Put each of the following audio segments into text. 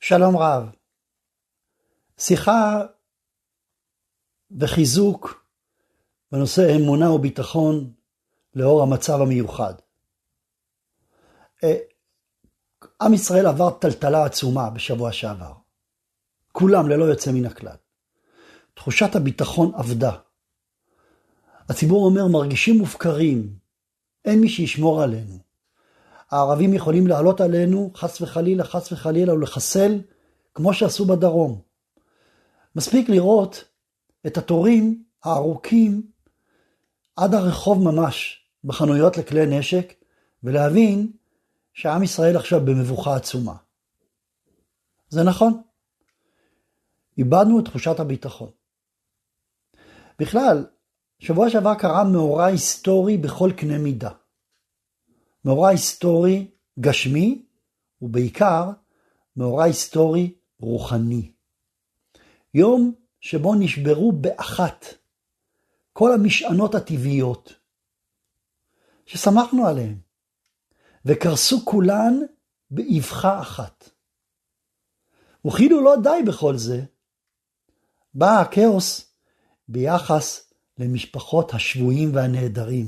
שלום רב. שיחה וחיזוק בנושא אמונה וביטחון לאור המצב המיוחד. עם ישראל עבר טלטלה עצומה בשבוע שעבר. כולם ללא יוצא מן הכלל. תחושת הביטחון עבדה. הציבור אומר מרגישים מופקרים. אין מי שישמור עלינו. הערבים יכולים לעלות עלינו חס וחלילה ולחסל כמו שעשו בדרום. מספיק לראות את התורים הארוכים עד הרחוב ממש בחנויות לכלי נשק ולהבין שעם ישראל עכשיו במבוכה עצומה. זה נכון. איבדנו את תחושת הביטחון. בכלל, שבוע שעבר קרה מאורע היסטורי בכל קנה מידה. מאורע היסטורי גשמי, ובעיקר מאורע היסטורי רוחני. יום שבו נשברו באחת כל המשענות הטבעיות ששמחנו עליהן, וקרסו כולן באבחה אחת. וכאילו לא די בכל זה, בא הכאוס ביחס למשפחות השבויים והנעדרים,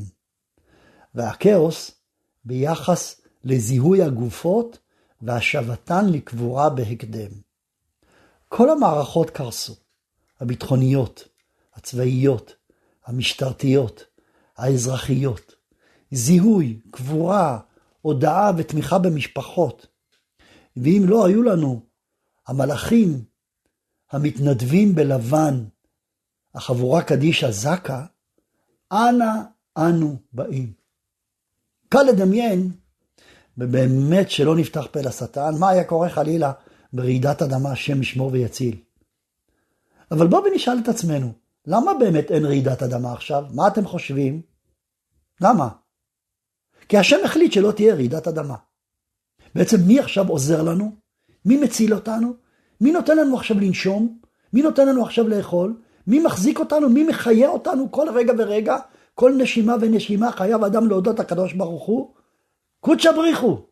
והכאוס ביחס לזיהוי הגופות והשבתן לקבורה בהקדם. כל המערכות קרסו, הביטחוניות, הצבאיות, המשטרתיות, האזרחיות, זיהוי, קבורה, הודעה ותמיכה במשפחות. ואם לא היו לנו המלאכים המתנדבים בלבן, החבורה קדישא זקה, אנה אנו באים. קל לדמיין, ובאמת שלא נפתח פה לשטן, מה היה קורה חלילה ברעידת אדמה, השם ישמור ויציל. אבל בואו ונשאל את עצמנו, למה באמת אין רעידת אדמה עכשיו? מה אתם חושבים? למה? כי השם החליט שלא תהיה רעידת אדמה. בעצם מי עכשיו עוזר לנו? מי מציל אותנו? מי נותן לנו עכשיו לנשום? מי נותן לנו עכשיו לאכול? מי מחזיק אותנו? מי מחיה אותנו כל רגע ורגע? כל נשימה ונשימה חייב אדם להודות הקדוש ברוך הוא? קודשא בריחו.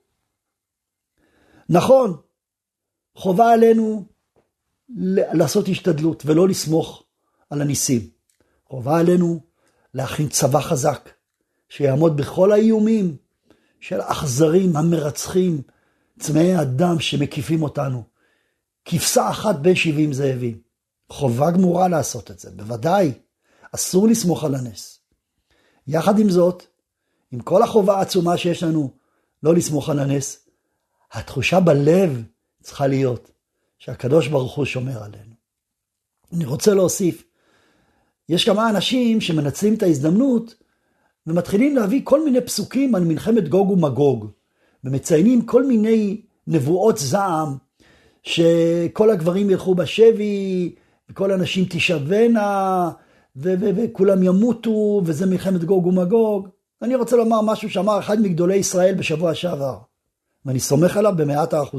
נכון, חובה עלינו לעשות השתדלות ולא לסמוך על הניסים. חובה עלינו להכין צבא חזק, שיעמוד בכל האיומים של האכזרים המרצחים, צמאי אדם שמקיפים אותנו. כבשה אחת בין 70 זאבים. חובה גמורה לעשות את זה, בוודאי. אסור לסמוך על הנס. יחד עם זאת, עם כל החובה העצומה שיש לנו לא לסמוך על הנס, התחושה בלב צריכה להיות שהקדוש ברוך הוא שומר עלינו. אני רוצה להוסיף, יש כמה אנשים שמנצלים את ההזדמנות ומתחילים להביא כל מיני פסוקים על מלחמת גוג ומגוג, ומציינים כל מיני נבואות זעם, שכל הגברים ילכו בשבי, וכל הנשים תשבנה, וכולם ימותו, וזה מלחמת גוג ומגוג. אני רוצה לומר משהו שאמר אחד מגדולי ישראל בשבוע שעבר, ואני סומך עליו ב100%.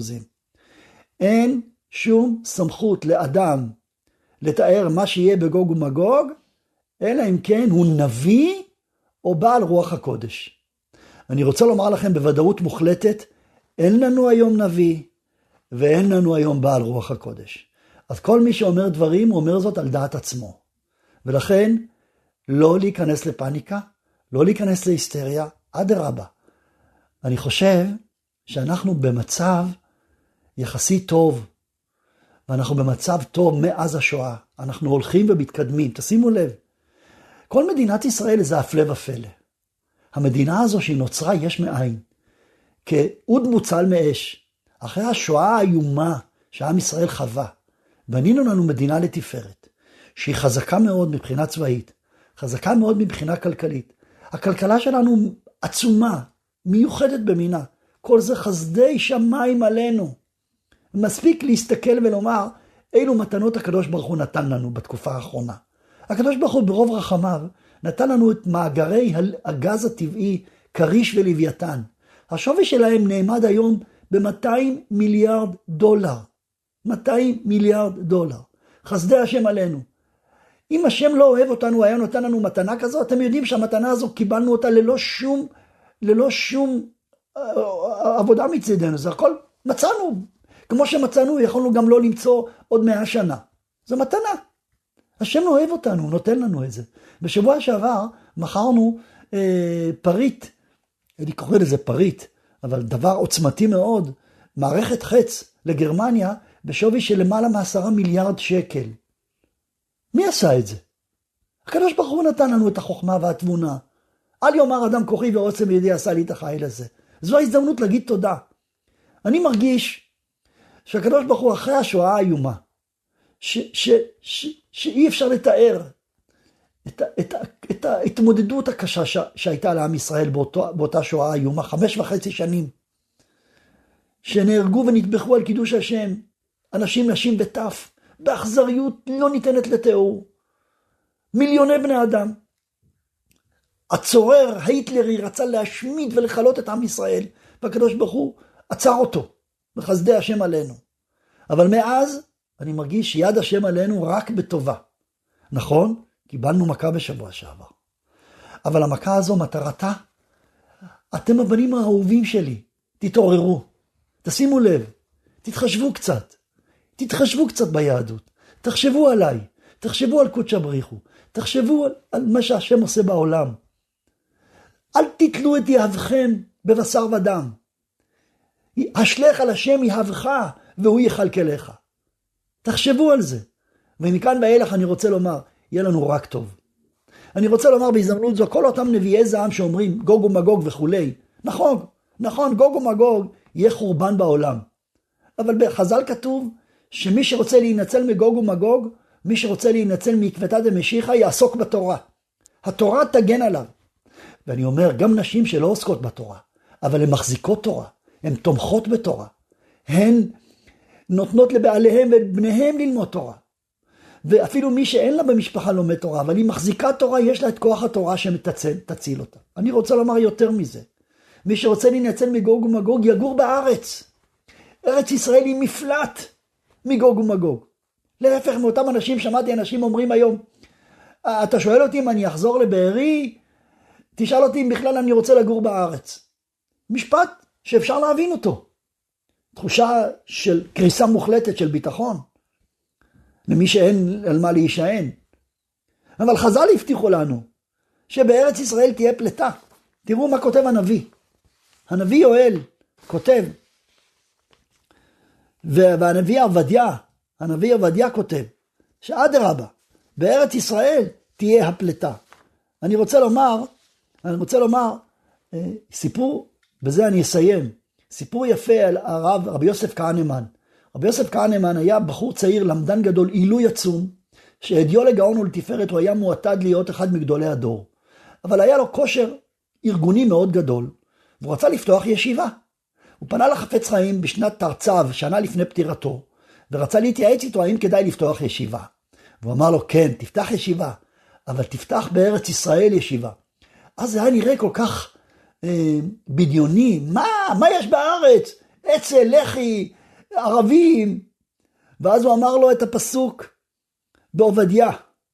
אין שום סמכות לאדם לתאר מה שיהיה בגוג ומגוג, אלא אם כן הוא נביא או בעל רוח הקודש. אני רוצה לומר לכם בוודאות מוחלטת, אין לנו היום נביא, ואין לנו היום בעל רוח הקודש. אז כל מי שאומר דברים, הוא אומר זאת על דעת עצמו. ולכן, לא להיכנס לפניקה, לא להיכנס להיסטריה, אדרבה. אני חושב שאנחנו במצב יחסית טוב, ואנחנו במצב טוב מאז השואה. אנחנו הולכים ומתקדמים, תשימו לב. כל מדינת ישראל זה הפלא ופלא. המדינה הזו שהיא נוצרה יש מאין, כאוד מוצל מאש. אחרי השואה האיומה שעם ישראל חווה, בנינו לנו מדינה לתפארת, שהיא חזקה מאוד מבחינה צבאית, חזקה מאוד מבחינה כלכלית. הכלכלה שלנו עצומה, מיוחדת במינה. כל זה חסדי שמיים עלינו. מספיק להסתכל ולומר, אילו מתנות הקדוש ברוך הוא נתן לנו בתקופה האחרונה. הקדוש ברוך הוא ברוב רחמיו נתן לנו את מאגרי הגז הטבעי, כריש ולוויתן. השווי שלהם נאמד היום ב$200 מיליארד. 200 מיליארד דולר. חסדי השם עלינו. אם השם לא אוהב אותנו, היה נותן לנו מתנה כזו, אתם יודעים שהמתנה הזו קיבלנו אותה ללא שום עבודה מצדנו. זה הכל מצאנו כמו שמצאנו, יכולנו גם לא למצוא עוד 100 שנה. זו מתנה. השם אוהב אותנו, נותן לנו את זה. בשבוע שעבר מכרנו פריט, אני קורא לזה פריט, אבל דבר עוצמתי מאוד, מערכת חץ לגרמניה, בשווי של למעלה מ10 מיליארד שקל. מי עשה את זה? הקדוש ברוך הוא נתן לנו את החוכמה והתבונה. אל יאמר אדם כוחי ועוצם ידי עשה לי את החיל הזה. זו ההזדמנות להגיד תודה. אני מרגיש שהקדוש ברוך הוא אחרי השואה האיומה, שאי אפשר לתאר את ההתמודדות הקשה שהייתה לעם ישראל באותה שואה איומה, 5.5 שנים, שנהרגו ונטבחו על קידוש השם, אנשים, נשים וטף, באכזריות לא ניתנת לתיאור. מיליוני בני אדם. הצורר ההיטלרי רצה להשמיד ולחלות את עם ישראל, והקדוש ברוך הוא עצר אותו, בחסדי השם עלינו. אבל מאז אני מרגיש שיד השם עלינו רק בטובה. נכון? קיבלנו מכה בשבוע שעבר. אבל המכה הזו מטרתה, אתם הבנים האהובים שלי, תתעוררו, תשימו לב, תתחשבו קצת ביהדות, תחשבו עליי, תחשבו על קודש הבריחו, תחשבו על מה שהשם עושה בעולם. אל תתלו את יהבכם בבשר ודם. השלך על השם יהבך והוא יכלכלך. תחשבו על זה. ומכאן ואילך אני רוצה לומר, יהיה לנו רק טוב. אני רוצה לומר בהזדמנות זו, כל אותם נביאי זעם שאומרים גוג ומגוג וכולי. נכון, גוג ומגוג יהיה חורבן בעולם. אבל בחז"ל כתוב שמי שרוצה להינצל מגוג ומגוג, מי שרוצה להינצל מעקבתא דמשיחא יעסוק בתורה. התורה תגן עליו. ואני אומר, גם נשים שלא עוסקות בתורה, אבל הן מחזיקות תורה, הן תומכות בתורה, הן נותנות לבעליהם ובניהם ללמוד תורה. ואפילו מי שאין לה במשפחה לומד תורה, אבל היא מחזיקה תורה, יש לה את כוח התורה שתציל אותה. אני רוצה לומר יותר מזה. מי שרוצה להינצל מגוג ומגוג יגור בארץ. ארץ ישראל היא מפלט מגוג ומגוג. להפך מאותם אנשים, שמעתי אנשים אומרים היום, אתה שואל אותי אם אני אחזור לבארי, תשאל אותי אם בכלל אני רוצה לגור בארץ. משפט שאפשר להבין אותו. תחושה של קריסה מוחלטת של ביטחון. למי שאין על מה להישען. אבל חז"ל הבטיחו לנו שבארץ ישראל תהיה פלטה. תראו מה כותב הנביא. הנביא יואל כותב, והנביא עובדיה כותב, שאדרבה, בארץ ישראל תהיה הפלטה. אני רוצה לומר סיפור, בזה אני אסיים, סיפור יפה על הרב רבי יוסף כהנמן. רבי יוסף כהנמן היה בחור צעיר, למדן גדול, עילוי עצום, שהדיו לגאון ולתפארת, הוא היה מועתד להיות אחד מגדולי הדור. אבל היה לו כושר ארגוני מאוד גדול, והוא רצה לפתוח ישיבה. הוא פנה לחפץ חיים בשנת תרצ"ו, שנה לפני פטירתו, ורצה להתייעץ איתו האם כדאי לפתוח ישיבה. והוא אמר לו, כן, תפתח ישיבה, אבל תפתח בארץ ישראל ישיבה. אז זה היה נראה כל כך בדיוני. מה יש בארץ? אצל, לחי, ערבים. ואז הוא אמר לו את הפסוק בעובדיה,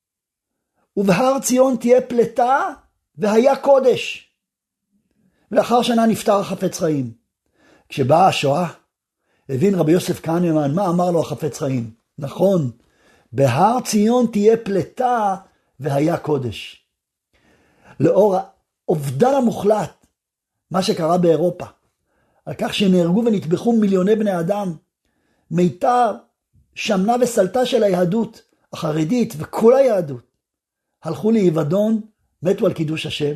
ובהר ציון תהיה פלטה והיה קודש. ולאחר שנה נפטר החפץ חיים. כשבאה השואה, הבין רבי יוסף כהנמן, מה אמר לו החפץ חיים? נכון, בהר ציון תהיה פלטה והיה קודש. לאור האובדן המוחלט, מה שקרה באירופה, על כך שנהרגו ונטבחו מיליוני בני אדם, מיתר, שמנה וסלטה של היהדות החרדית וכל היהדות, הלכו לאבדון, מתו על קידוש השם.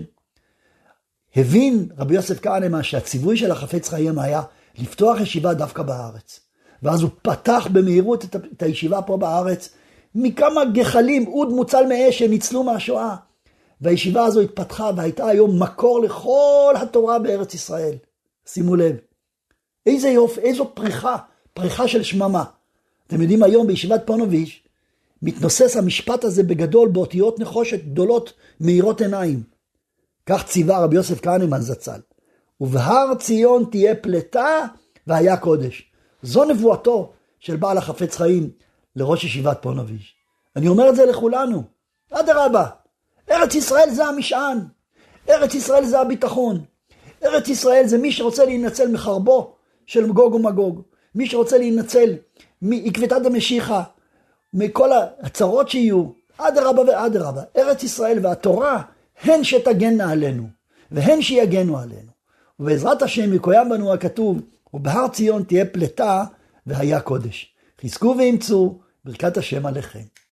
הבין רבי יוסף כהנמן שהציווי של החפץ חיים היה לפתוח ישיבה דווקא בארץ. ואז הוא פתח במהירות את הישיבה פה בארץ, מכמה גחלים, אוד מוצל מאש שניצלו מהשואה. והישיבה הזו התפתחה והייתה היום מקור לכל התורה בארץ ישראל. שימו לב, איזה יופי, איזו פריחה של שממה. אתם יודעים היום בישיבת פונוביץ' מתנוסס המשפט הזה בגדול באותיות נחושת גדולות מאירות עיניים. כך ציווה רבי יוסף כהנמן זצ"ל. ובהר ציון תהיה פלטה והיה קודש. זו נבואתו של בעל החפץ חיים לראש ישיבת פונוביץ'. אני אומר את זה לכולנו. אדרבה, ארץ ישראל זה המשען. ארץ ישראל זה הביטחון. ארץ ישראל זה מי שרוצה להינצל מחרבו של גוג ומגוג. מי שרוצה להינצל מעקבתא דמשיחא, מכל הצרות שיהיו, אדרבה ואדרבה, ארץ ישראל והתורה, הן שתגנה עלינו, והן שיגנו עלינו. ובעזרת השם יקוים בנו הכתוב, ובהר ציון תהיה פלטה והיה קודש. חזקו ואמצו, ברכת השם עליכם.